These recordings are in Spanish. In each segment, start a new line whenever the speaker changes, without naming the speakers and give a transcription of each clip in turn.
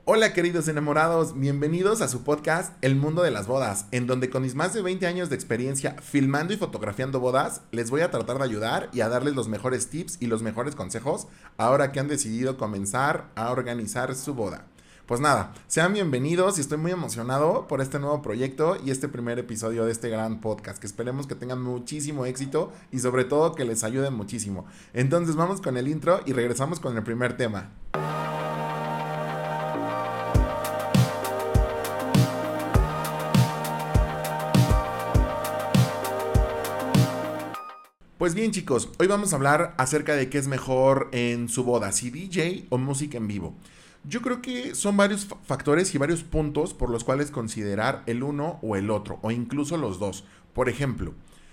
Hola queridos enamorados, bienvenidos a su podcast El Mundo de las Bodas, en donde con mis más de 20 años de experiencia filmando y fotografiando bodas, les voy a tratar de ayudar y a darles los mejores tips y los mejores consejos ahora que han decidido comenzar a organizar su boda. Pues nada, sean bienvenidos y estoy muy emocionado por este nuevo proyecto y este primer episodio de este gran podcast, que esperemos que tengan muchísimo éxito y sobre todo que les ayuden muchísimo. Entonces vamos con el intro y regresamos con el primer tema. Pues bien chicos, hoy vamos a hablar acerca de qué es mejor en su boda, si DJ o música en vivo. Yo creo que son varios factores y varios puntos por los cuales considerar el uno o el otro, o incluso los dos. Por ejemplo,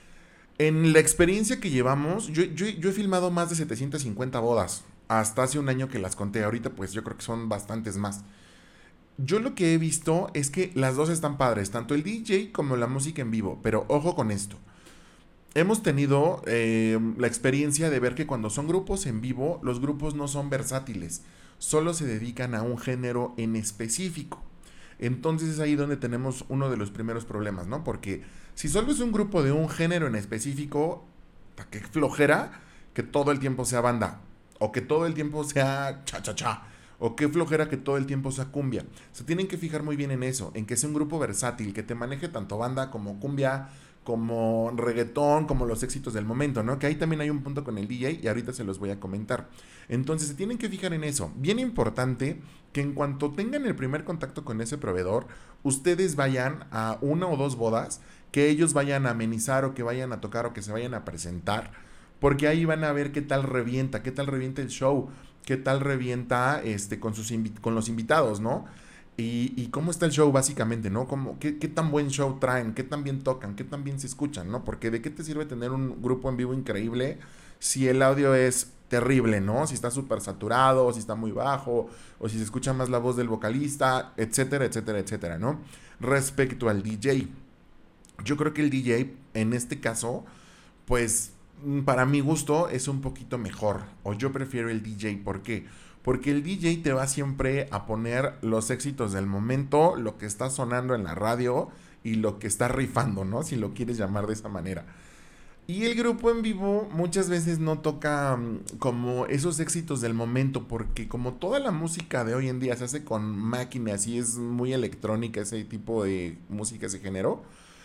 en la experiencia que llevamos, yo he filmado más de 750 bodas, hasta hace un año que las conté, ahorita pues yo creo que son bastantes más. Yo lo que he visto es que las dos están padres, tanto el DJ como la música en vivo, pero ojo con esto. Hemos tenido la experiencia de ver que cuando son grupos en vivo, los grupos no son versátiles, solo se dedican a un género en específico. Entonces es ahí donde tenemos uno de los primeros problemas, ¿no? Porque si solo es un grupo de un género en específico, qué flojera que todo el tiempo sea banda, o que todo el tiempo sea cha-cha-cha, o qué flojera que todo el tiempo sea cumbia. Se tienen que fijar muy bien en eso, en que sea un grupo versátil, que te maneje tanto banda como cumbia, como reggaetón, como los éxitos del momento, ¿no? Que ahí también hay un punto con el DJ y ahorita se los voy a comentar. Entonces se tienen que fijar en eso. Bien importante que en cuanto tengan el primer contacto con ese proveedor, ustedes vayan a una o dos bodas, que ellos vayan a amenizar o que vayan a tocar o que se vayan a presentar, porque ahí van a ver qué tal revienta el show, qué tal revienta con los invitados, ¿no? Y cómo está el show básicamente, ¿no? Qué tan buen show traen, qué tan bien tocan, qué tan bien se escuchan, ¿no? Porque de qué te sirve tener un grupo en vivo increíble si el audio es terrible, ¿no? Si está súper saturado, si está muy bajo, o si se escucha más la voz del vocalista, etcétera, etcétera, etcétera, ¿no? Respecto al DJ, yo creo que el DJ en este caso, pues para mi gusto es un poquito mejor, o yo prefiero el DJ. ¿Por qué? Porque el DJ te va siempre a poner los éxitos del momento, lo que está sonando en la radio y lo que está rifando, ¿no? Si lo quieres llamar de esa manera. Y el grupo en vivo muchas veces no toca como esos éxitos del momento, porque como toda la música de hoy en día se hace con máquinas y es muy electrónica ese tipo de música, ese género,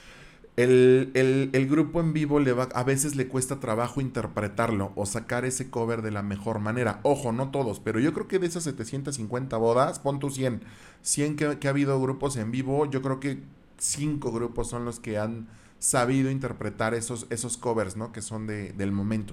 el grupo en vivo a veces le cuesta trabajo interpretarlo o sacar ese cover de la mejor manera. Ojo, no todos, pero yo creo que de esas 750 bodas, pon tu 100 que ha habido grupos en vivo, yo creo que 5 grupos son los que han sabido interpretar esos covers, ¿no? Que son del momento.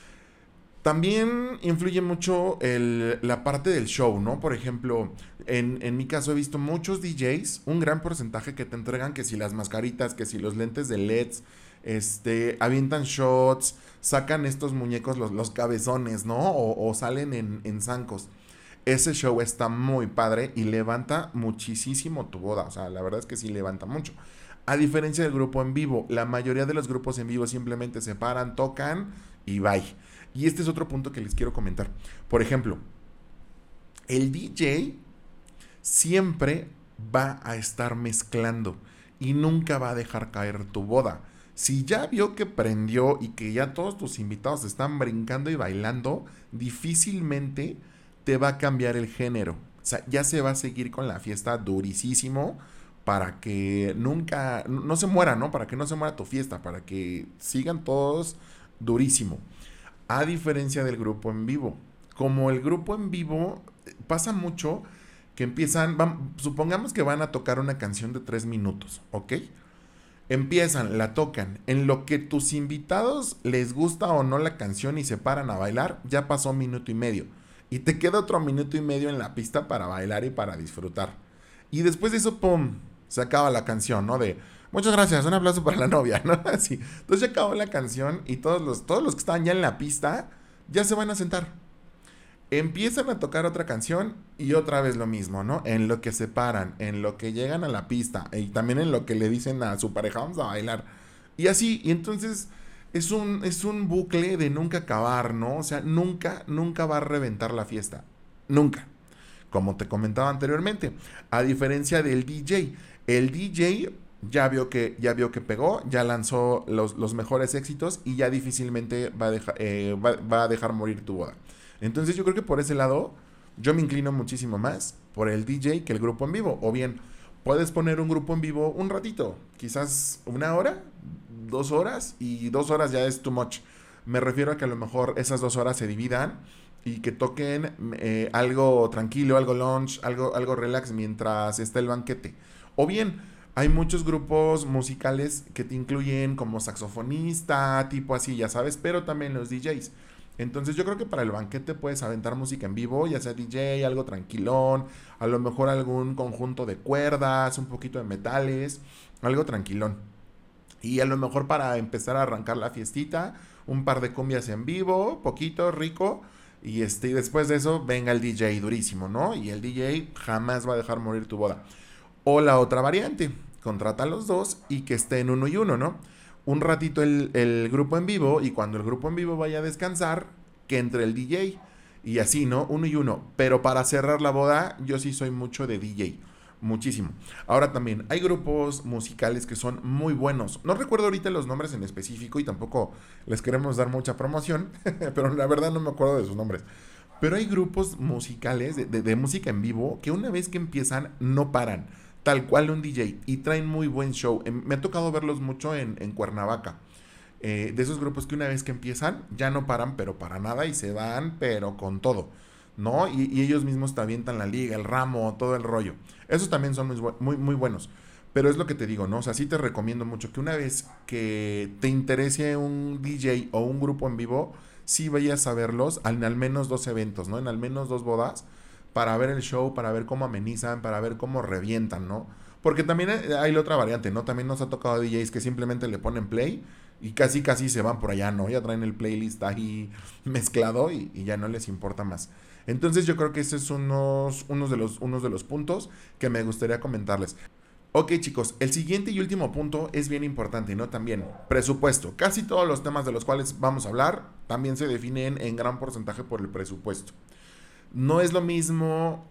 También influye mucho la parte del show, ¿no? Por ejemplo, en mi caso he visto muchos DJs, un gran porcentaje que te entregan que si las mascaritas, que si los lentes de LEDs, avientan shots, sacan estos muñecos, los cabezones, ¿no? O salen en zancos. Ese show está muy padre y levanta muchísimo tu boda. O sea, la verdad es que sí levanta mucho. A diferencia del grupo en vivo, la mayoría de los grupos en vivo simplemente se paran, tocan y bye. Y este es otro punto que les quiero comentar. Por ejemplo, el DJ siempre va a estar mezclando y nunca va a dejar caer tu boda. Si ya vio que prendió y que ya todos tus invitados están brincando y bailando, difícilmente te va a cambiar el género. O sea, ya se va a seguir con la fiesta durísimo para que nunca, no se muera, ¿no? Para que no se muera tu fiesta, para que sigan todos durísimo. A diferencia del grupo en vivo. Como el grupo en vivo pasa mucho que supongamos que van a tocar una canción de 3 minutos, ¿ok? Empiezan, la tocan. En lo que tus invitados les gusta o no la canción y se paran a bailar, ya pasó 1 minuto y medio. Y te queda otro 1 minuto y medio en la pista para bailar y para disfrutar. Y después de eso, ¡pum! Se acaba la canción, ¿no? De muchas gracias, un aplauso para la novia, ¿no? Así. Entonces ya acabó la canción y todos los que estaban ya en la pista ya se van a sentar. Empiezan a tocar otra canción y otra vez lo mismo, ¿no? En lo que se paran, en lo que llegan a la pista y también en lo que le dicen a su pareja, vamos a bailar. Y así, y entonces es un bucle de nunca acabar, ¿no? O sea, nunca va a reventar la fiesta. Nunca. como te comentaba anteriormente. A diferencia del DJ, el DJ ya vio que pegó, ya lanzó los mejores éxitos y ya difícilmente va a dejar morir tu boda. Entonces yo creo que por ese lado yo me inclino muchísimo más por el DJ que el grupo en vivo. O bien, puedes poner un grupo en vivo un ratito, quizás 1 hora, 2 horas, y 2 horas ya es too much. Me refiero a que a lo mejor esas 2 horas se dividan y que toquen algo tranquilo, algo lounge, algo relax mientras está el banquete. O bien, hay muchos grupos musicales que te incluyen como saxofonista, tipo así, ya sabes, pero también los DJs. Entonces yo creo que para el banquete puedes aventar música en vivo, ya sea DJ, algo tranquilón, a lo mejor algún conjunto de cuerdas, un poquito de metales, algo tranquilón. Y a lo mejor para empezar a arrancar la fiestita, un par de cumbias en vivo, poquito, rico. Y después de eso, venga el DJ durísimo, ¿no? Y el DJ jamás va a dejar morir tu boda. O la otra variante, contrata a los dos y que estén uno y uno, ¿no? Un ratito el grupo en vivo, y cuando el grupo en vivo vaya a descansar, que entre el DJ. Y así, ¿no? Uno y uno. Pero para cerrar la boda, yo sí soy mucho de DJ. Muchísimo. Ahora también, hay grupos musicales que son muy buenos. No recuerdo ahorita los nombres en específico y tampoco les queremos dar mucha promoción, pero la verdad no me acuerdo de sus nombres. Pero hay grupos musicales de música en vivo que una vez que empiezan no paran. Tal cual un DJ. Y traen muy buen show. Me ha tocado verlos mucho en Cuernavaca. De esos grupos que una vez que empiezan ya no paran, pero para nada, y se van, pero con todo, ¿no? Y ellos mismos te avientan la liga, el ramo, todo el rollo. Esos también son muy buenos. Pero es lo que te digo, ¿no? O sea, sí te recomiendo mucho que una vez que te interese un DJ o un grupo en vivo, sí vayas a verlos en al menos 2 eventos, ¿no? En al menos 2 bodas, para ver el show, para ver cómo amenizan, para ver cómo revientan, ¿no? Porque también hay la otra variante, ¿no? También nos ha tocado DJs que simplemente le ponen play y casi casi se van por allá, ¿no? Ya traen el playlist ahí mezclado y ya no les importa más. Entonces yo creo que ese es unos de los puntos que me gustaría comentarles. Ok, chicos, el siguiente y último punto es bien importante, ¿no? También, presupuesto. Casi todos los temas de los cuales vamos a hablar también se definen en gran porcentaje por el presupuesto. No es lo mismo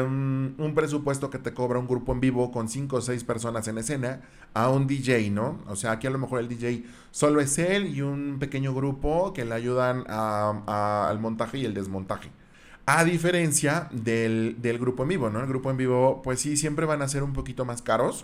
un presupuesto que te cobra un grupo en vivo con 5 o 6 personas en escena a un DJ, ¿no? O sea, aquí a lo mejor el DJ solo es él y un pequeño grupo que le ayudan al montaje y el desmontaje. A diferencia del grupo en vivo, ¿no? El grupo en vivo, pues sí, siempre van a ser un poquito más caros.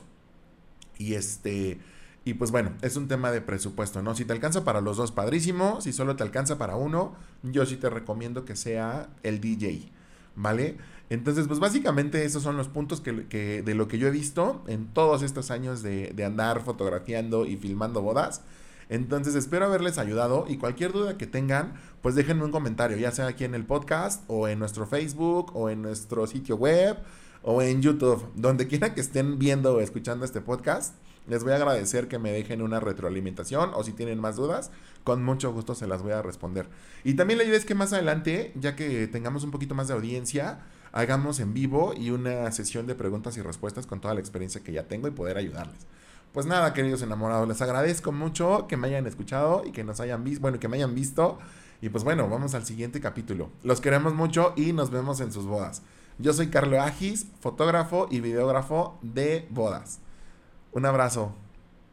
Y pues bueno, es un tema de presupuesto, ¿no? Si te alcanza para los dos, padrísimo. Si solo te alcanza para uno, yo sí te recomiendo que sea el DJ, ¿vale? Entonces, pues básicamente esos son los puntos de lo que yo he visto en todos estos años de andar fotografiando y filmando bodas. Entonces espero haberles ayudado, y cualquier duda que tengan, pues déjenme un comentario, ya sea aquí en el podcast o en nuestro Facebook o en nuestro sitio web o en YouTube, donde quiera que estén viendo o escuchando este podcast. Les voy a agradecer que me dejen una retroalimentación, o si tienen más dudas, con mucho gusto se las voy a responder. Y también la idea es que más adelante, ya que tengamos un poquito más de audiencia, hagamos en vivo y una sesión de preguntas y respuestas con toda la experiencia que ya tengo y poder ayudarles. Pues nada, queridos enamorados, les agradezco mucho que me hayan escuchado y que nos hayan visto, bueno, que me hayan visto. Y pues bueno, vamos al siguiente capítulo. Los queremos mucho y nos vemos en sus bodas. Yo soy Carlo Agis, fotógrafo y videógrafo de bodas. Un abrazo.